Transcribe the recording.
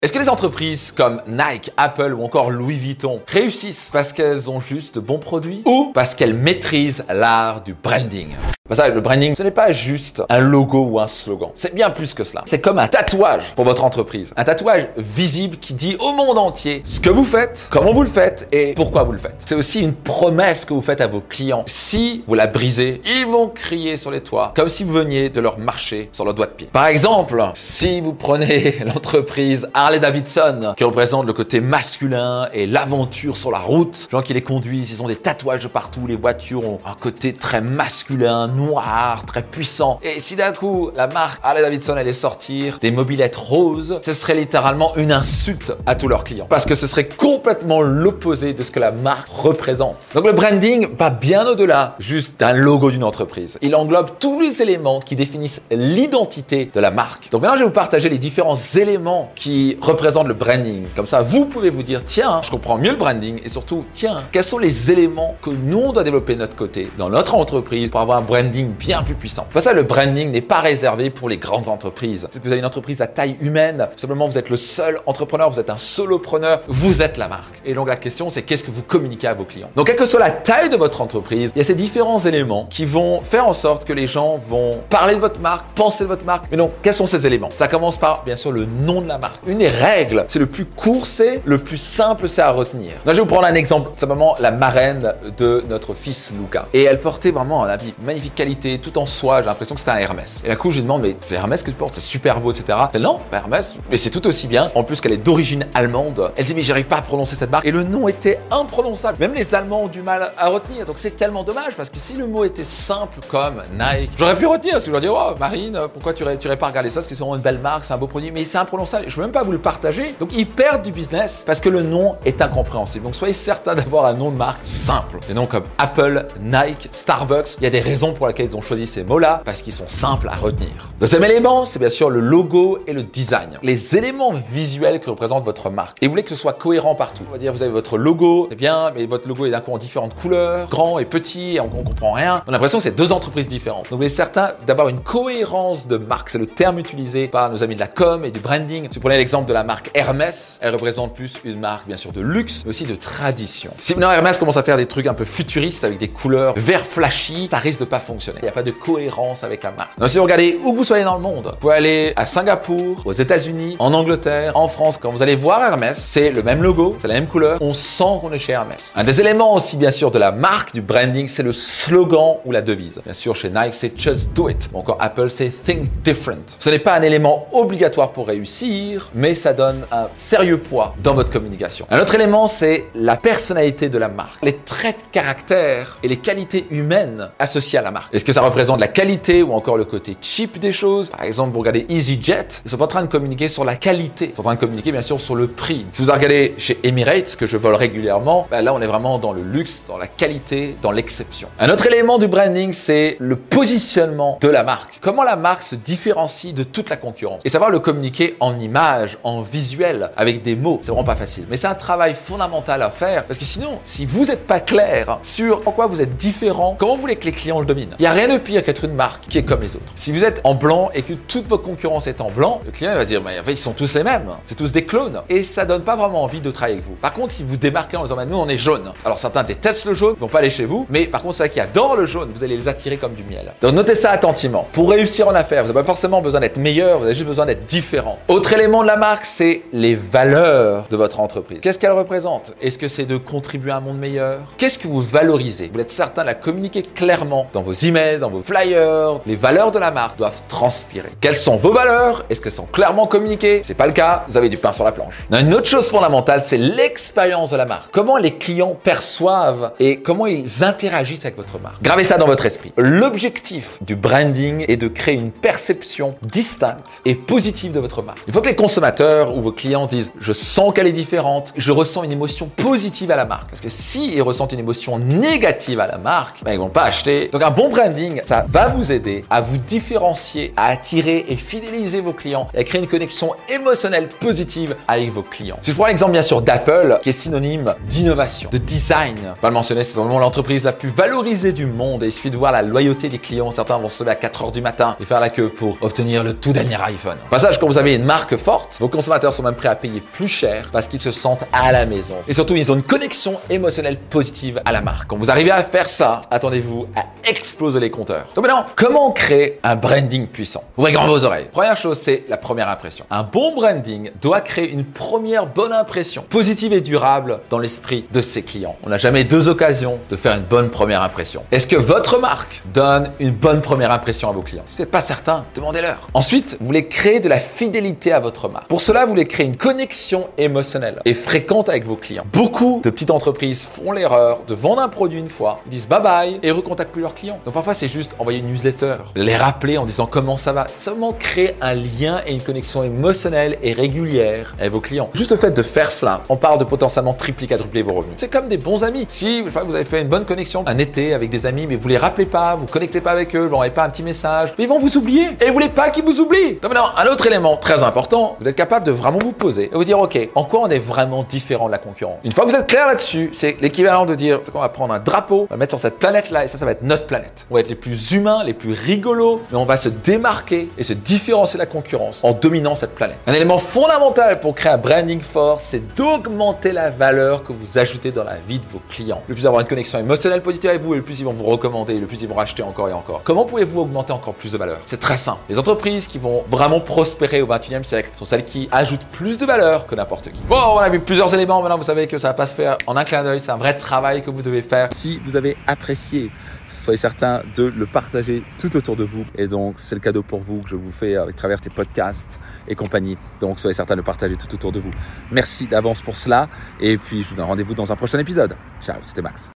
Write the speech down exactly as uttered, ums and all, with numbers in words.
Est-ce que les entreprises comme Nike, Apple ou encore Louis Vuitton réussissent parce qu'elles ont juste de bons produits ou parce qu'elles maîtrisent l'art du branding? Bah ça, le branding, ce n'est pas juste un logo ou un slogan. C'est bien plus que cela. C'est comme un tatouage pour votre entreprise. Un tatouage visible qui dit au monde entier ce que vous faites, comment vous le faites et pourquoi vous le faites. C'est aussi une promesse que vous faites à vos clients. Si vous la brisez, ils vont crier sur les toits comme si vous veniez de leur marcher sur le doigt de pied. Par exemple, si vous prenez l'entreprise Harley-Davidson qui représente le côté masculin et l'aventure sur la route, les gens qui les conduisent, ils ont des tatouages de partout, les voitures ont un côté très masculin, noir, très puissant. Et si d'un coup, la marque Harley-Davidson allait sortir des mobylettes roses, ce serait littéralement une insulte à tous leurs clients. Parce que ce serait complètement l'opposé de ce que la marque représente. Donc le branding va bien au-delà juste d'un logo d'une entreprise. Il englobe tous les éléments qui définissent l'identité de la marque. Donc maintenant, je vais vous partager les différents éléments qui représentent le branding. Comme ça, vous pouvez vous dire, tiens, je comprends mieux le branding et surtout, tiens, quels sont les éléments que nous, on doit développer de notre côté dans notre entreprise pour avoir un branding bien plus puissant. Pour ça, le branding n'est pas réservé pour les grandes entreprises. Si vous avez une entreprise à taille humaine, simplement vous êtes le seul entrepreneur, vous êtes un solopreneur, vous êtes la marque. Et donc la question, c'est qu'est-ce que vous communiquez à vos clients? Donc quelle que soit la taille de votre entreprise, il y a ces différents éléments qui vont faire en sorte que les gens vont parler de votre marque, penser de votre marque. Mais donc, quels sont ces éléments? Ça commence par, bien sûr, le nom de la marque. Une des règles, c'est le plus court, c'est le plus simple, c'est à retenir. Là, je vais vous prendre un exemple. C'est vraiment la marraine de notre fils Luca. Et elle portait vraiment un habit magnifique qualité, tout en soie. J'ai l'impression que c'était un Hermès. Et là, coup, je lui demande, mais c'est Hermès que tu portes, c'est super beau, et cetera. Elle, non, bah, Hermès, mais c'est tout aussi bien. En plus, qu'elle est d'origine allemande. Elle dit, mais j'arrive pas à prononcer cette marque. Et le nom était imprononçable. Même les Allemands ont du mal à retenir. Donc, c'est tellement dommage parce que si le mot était simple comme Nike, j'aurais pu retenir parce que je leur dis, oh, Marine, pourquoi tu n'aurais pas regardé ça? Parce que c'est vraiment une belle marque, c'est un beau produit, mais c'est imprononçable. Je peux même pas vous le partager. Donc, ils perdent du business parce que le nom est incompréhensible. Donc, soyez certain d'avoir un nom de marque simple. Des noms comme Apple, Nike, Starbucks. Il y a des raisons pour lesquelles ils ont choisi ces mots-là parce qu'ils sont simples à retenir. Deuxième élément, c'est bien sûr le logo et le design. Les éléments visuels que représente votre marque. Et vous voulez que ce soit cohérent partout. On va dire, vous avez votre logo, c'est bien, mais votre logo est d'un coup en différentes couleurs, grand et petit, et on, on comprend rien. On a l'impression que c'est deux entreprises différentes. Donc, vous êtes certain d'avoir une cohérence de marque. C'est le terme utilisé par nos amis de la com et du branding. Si vous prenez l'exemple de la marque Hermès, elle représente plus une marque, bien sûr, de luxe, mais aussi de tradition. Si maintenant Hermès commence à faire des trucs un peu futuristes avec des couleurs vert flashy, ça risque de pas fonctionner. Il n'y a pas de cohérence avec la marque. Donc, si vous regardez où que vous soyez dans le monde, vous pouvez aller à Singapour, aux États-Unis, en Angleterre, en France. Quand vous allez voir Hermès, c'est le même logo, c'est la même couleur. On sent qu'on est chez Hermès. Un des éléments aussi, bien sûr, de la marque, du branding, c'est le slogan ou la devise. Bien sûr, chez Nike, c'est Just Do It. Ou encore Apple, c'est Think Different. Ce n'est pas un élément obligatoire pour réussir, mais ça donne un sérieux poids dans votre communication. Un autre élément, c'est la personnalité de la marque. Les traits de caractère et les qualités humaines associées à la marque. Est-ce que ça représente la qualité ou encore le côté cheap des choses? Par exemple, vous regardez EasyJet, ils sont pas en train de communiquer sur la qualité. Ils sont en train de communiquer, bien sûr, sur le prix. Si vous regardez chez Emirates, que je vole régulièrement, ben là, on est vraiment dans le luxe, dans la qualité, dans l'exception. Un autre élément du branding, c'est le positionnement de la marque. Comment la marque se différencie de toute la concurrence. Et savoir le communiquer en images, en visuel, avec des mots, c'est vraiment pas facile. Mais c'est un travail fondamental à faire parce que sinon, si vous n'êtes pas clair sur pourquoi vous êtes différent, comment vous voulez que les clients le dominent? Il n'y a rien de pire qu'être une marque qui est comme les autres. Si vous êtes en blanc et que toute votre concurrence est en blanc, le client va dire, mais en fait, ils sont tous les mêmes. C'est tous des clones. Et ça donne pas vraiment envie de travailler avec vous. Par contre, si vous démarquez en disant, nous, on est jaune. Alors, certains détestent le jaune, ils vont pas aller chez vous. Mais par contre, ceux qui adorent le jaune, vous allez les attirer comme du miel. Donc, notez ça attentivement. Pour réussir en affaires, vous n'avez pas forcément besoin d'être meilleur, vous avez juste besoin d'être différent. Autre élément de la marque, c'est les valeurs de votre entreprise. Qu'est-ce qu'elle représente? Est-ce que c'est de contribuer à un monde meilleur? Qu'est-ce que vous valorisez? Vous êtes certain de la communiquer clairement dans vos emails, dans vos flyers. Les valeurs de la marque doivent transpirer. Quelles sont vos valeurs? Est-ce qu'elles sont clairement communiquées? C'est pas le cas, vous avez du pain sur la planche. Une autre chose fondamentale, c'est l'expérience de la marque. Comment les clients perçoivent et comment ils interagissent avec votre marque. Gravez ça dans votre esprit. L'objectif du branding est de créer une perception distincte et positive de votre marque. Il faut que les consommateurs ou vos clients disent, je sens qu'elle est différente, je ressens une émotion positive à la marque. Parce que s'ils ressentent une émotion négative à la marque, ben, ils vont pas acheter. Donc un bon branding, ça va vous aider à vous différencier, à attirer et fidéliser vos clients et à créer une connexion émotionnelle positive avec vos clients. Si je prends l'exemple bien sûr d'Apple, qui est synonyme d'innovation, de design, on va le mentionner, c'est vraiment l'entreprise la plus valorisée du monde et il suffit de voir la loyauté des clients. Certains vont se lever à quatre heures du matin et faire la queue pour obtenir le tout dernier iPhone. Au passage, quand vous avez une marque forte, vos consommateurs sont même prêts à payer plus cher parce qu'ils se sentent à la maison. Et surtout, ils ont une connexion émotionnelle positive à la marque. Quand vous arrivez à faire ça, attendez-vous à exploser les compteurs. Donc maintenant, comment créer un branding puissant? Ouvrez grand vos oreilles. Première chose, c'est la première impression. Un bon branding doit créer une première bonne impression, positive et durable dans l'esprit de ses clients. On n'a jamais deux occasions de faire une bonne première impression. Est-ce que votre marque donne une bonne première impression à vos clients? Si vous n'êtes pas certain, demandez-leur. Ensuite, vous voulez créer de la fidélité à votre marque. Pour cela, vous voulez créer une connexion émotionnelle et fréquente avec vos clients. Beaucoup de petites entreprises font l'erreur de vendre un produit une fois, ils disent bye bye et recontactent plus leurs clients. Donc parfois, c'est juste envoyer une newsletter, les rappeler en disant comment ça va. Seulement créer un lien et une connexion émotionnelle et régulière avec vos clients. Juste le fait de faire cela, on parle de potentiellement tripler, quadrupler vos revenus. C'est comme des bons amis. Si vous avez fait une bonne connexion un été avec des amis, mais vous les rappelez pas, vous connectez pas avec eux, vous n'envoyez pas un petit message, ils vont vous oublier et vous voulez pas qu'ils vous oublient. Donc maintenant, un autre élément très important, vous êtes capable de vraiment vous poser et vous dire ok, en quoi on est vraiment différent de la concurrence. Une fois que vous êtes clair là-dessus, c'est l'équivalent de dire c'est qu'on va prendre un drapeau, on va le mettre sur cette planète-là et ça, ça va être notre planète. On va être les plus humains, les plus rigolos, mais on va se démarquer et se différencier de la concurrence en dominant cette planète. Un élément fondamental pour créer un branding fort, c'est d'augmenter la valeur que vous ajoutez dans la vie de vos clients. Le plus avoir une connexion émotionnelle positive avec vous et le plus ils vont vous recommander, le plus ils vont racheter encore et encore. Comment pouvez-vous augmenter encore plus de valeur? C'est très simple. Les entreprises qui vont vraiment prospérer au vingt et unième siècle sont celles qui ajoutent plus de valeur que n'importe qui. Bon, on a vu plusieurs éléments. Maintenant, vous savez que ça va pas se faire en un clin d'œil. C'est un vrai travail que vous devez faire. Si vous avez apprécié, soyez certain de le partager tout autour de vous. Et donc, c'est le cadeau pour vous que je vous fais avec travers tes podcasts et compagnie. Donc, soyez certain de le partager tout autour de vous. Merci d'avance pour cela. Et puis, je vous donne rendez-vous dans un prochain épisode. Ciao, c'était Max.